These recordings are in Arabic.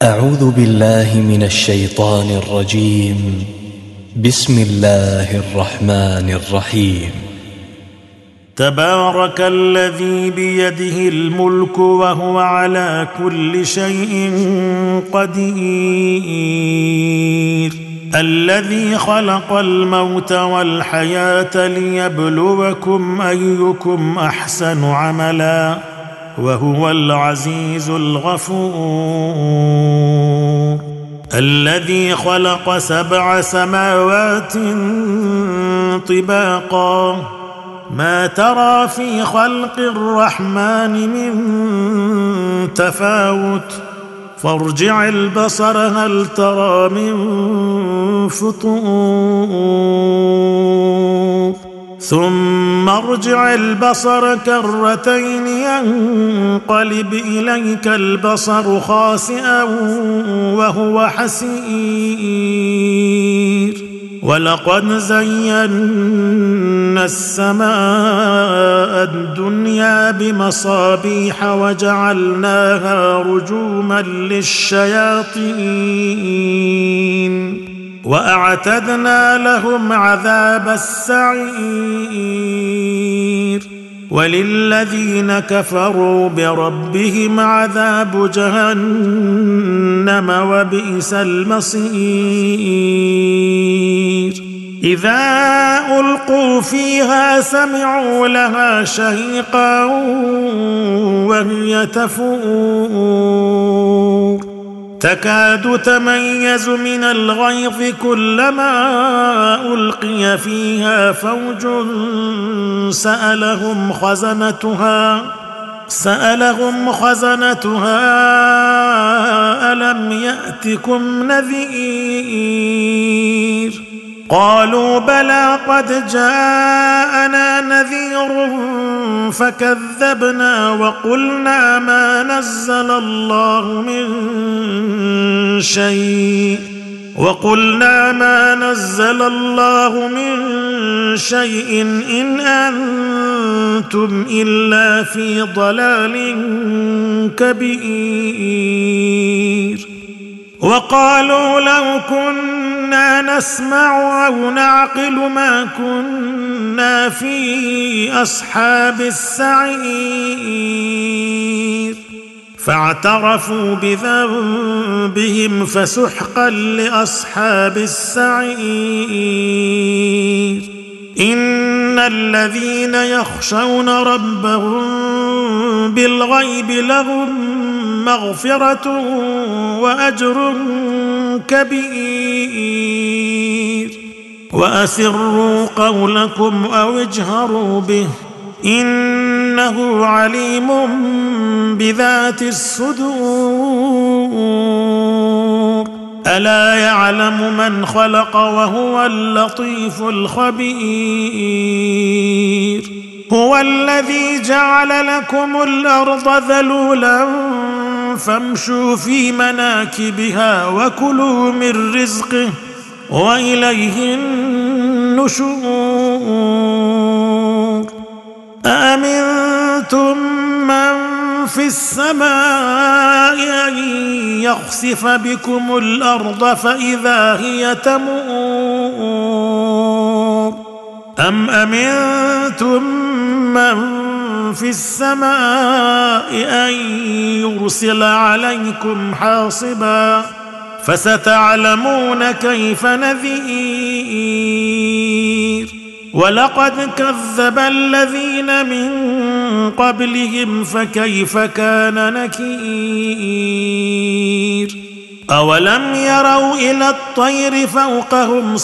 أعوذ بالله من الشيطان الرجيم. بسم الله الرحمن الرحيم. تبارك الذي بيده الملك وهو على كل شيء قدير، الذي خلق الموت والحياة ليبلوكم أيكم أحسن عملا وهو العزيز الغفور، الذي خلق 7 سماوات طباقا ما ترى في خلق الرحمن من تفاوت فارجع البصر هل ترى من فطور ثم ارجع البصر كرتين ينقلب إليك البصر خاسئا وهو حسير، ولقد زينا السماء الدنيا بمصابيح وجعلناها رجوما للشياطين وأعتدنا لهم عذاب السعير، وللذين كفروا بربهم عذاب جهنم وبئس المصير. إذا ألقوا فيها سمعوا لها شهيقا وهي تفور تكاد تميز من الغيظ كلما ألقي فيها فوج سألهم خزنتها ألم يأتكم نذير؟ قالوا بلى قد جاءنا نذير فكذبنا وقلنا ما نزل الله من شيء إن أنتم إلا في ضلال كبير. وقالوا لو كنا نسمع أو نعقل ما كنا في أصحاب السعير، فاعترفوا بذنبهم فسحقا لأصحاب السعير. إن الذين يخشون ربهم بالغيب لهم مغفرة وأجر كبير. وأسروا قولكم أو اجهروا به إنه عليم بذات الصدور. ألا يعلم من خلق وهو اللطيف الخبير. هو الذي جعل لكم الأرض ذلولا فامشوا في مناكبها وكلوا من رزقه وإليه النشور. أأمنتم من في السماء أن يخسف بكم الأرض فإذا هي تمور، أم أمنتم من في السماء أن يرسل عليكم حاصبا فستعلمون كيف نذير. ولقد كذب الذين من قبلهم فكيف كان نكير. أولم يروا إلى الطير فوقهم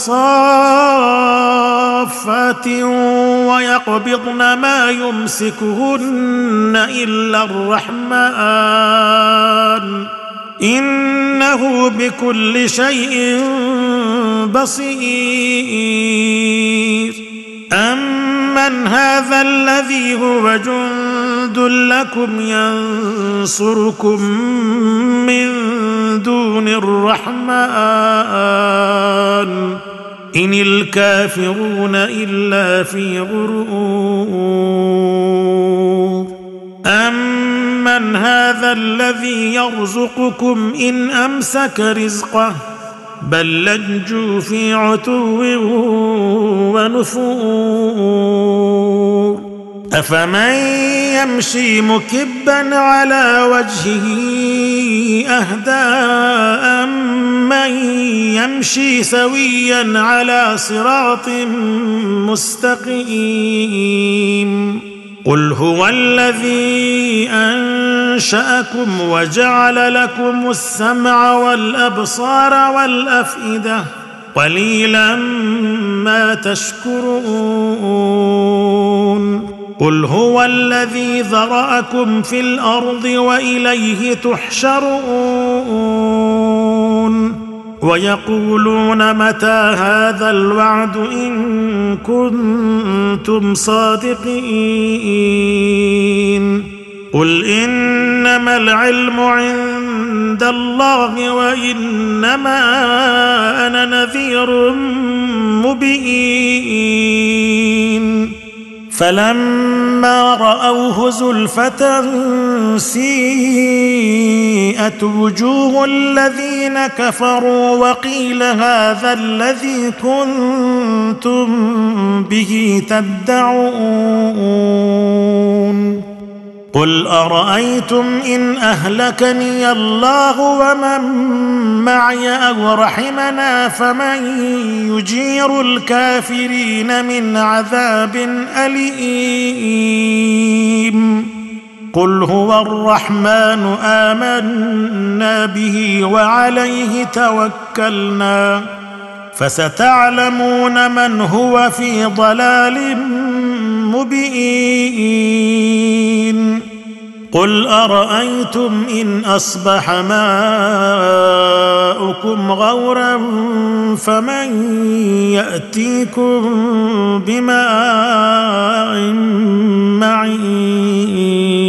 صافات ويقبضن ما يمسكهن إلا الرحمن إنه بكل شيء بصير. أمن هذا الذي هو جند لكم ينصركم من دون الرحمن إن الكافرون إلا في غرور. أمن أمن هذا الذي يرزقكم إن أمسك رزقه بل لجوا في عتو ونفور أفمن يمشي مكبا على وجهه أهدى أمن يمشي سويا على صراط مستقيم قل هو الذي أنشأكم وجعل لكم السمع والأبصار والأفئدة قليلا ما تشكرون قل هو الذي ذرأكم في الأرض وإليه تحشرون ويقولون متى هذا الوعد إن كنتم صادقين قل إنما العلم عند الله وإنما أنا نذير مبين فلما رأوه زلفة سيئت وجوه الذين كفروا وقيل هذا الذي كنتم به تدعون قل أرأيتم إن أهلكني الله ومن معي أو رحمنا فمن يجير الكافرين من عذاب أليم قل هو الرحمن آمنا به وعليه توكلنا فستعلمون من هو في ضلال مبين قل أرأيتم إن أصبح ماؤكم غورا فمن يأتيكم بماء معين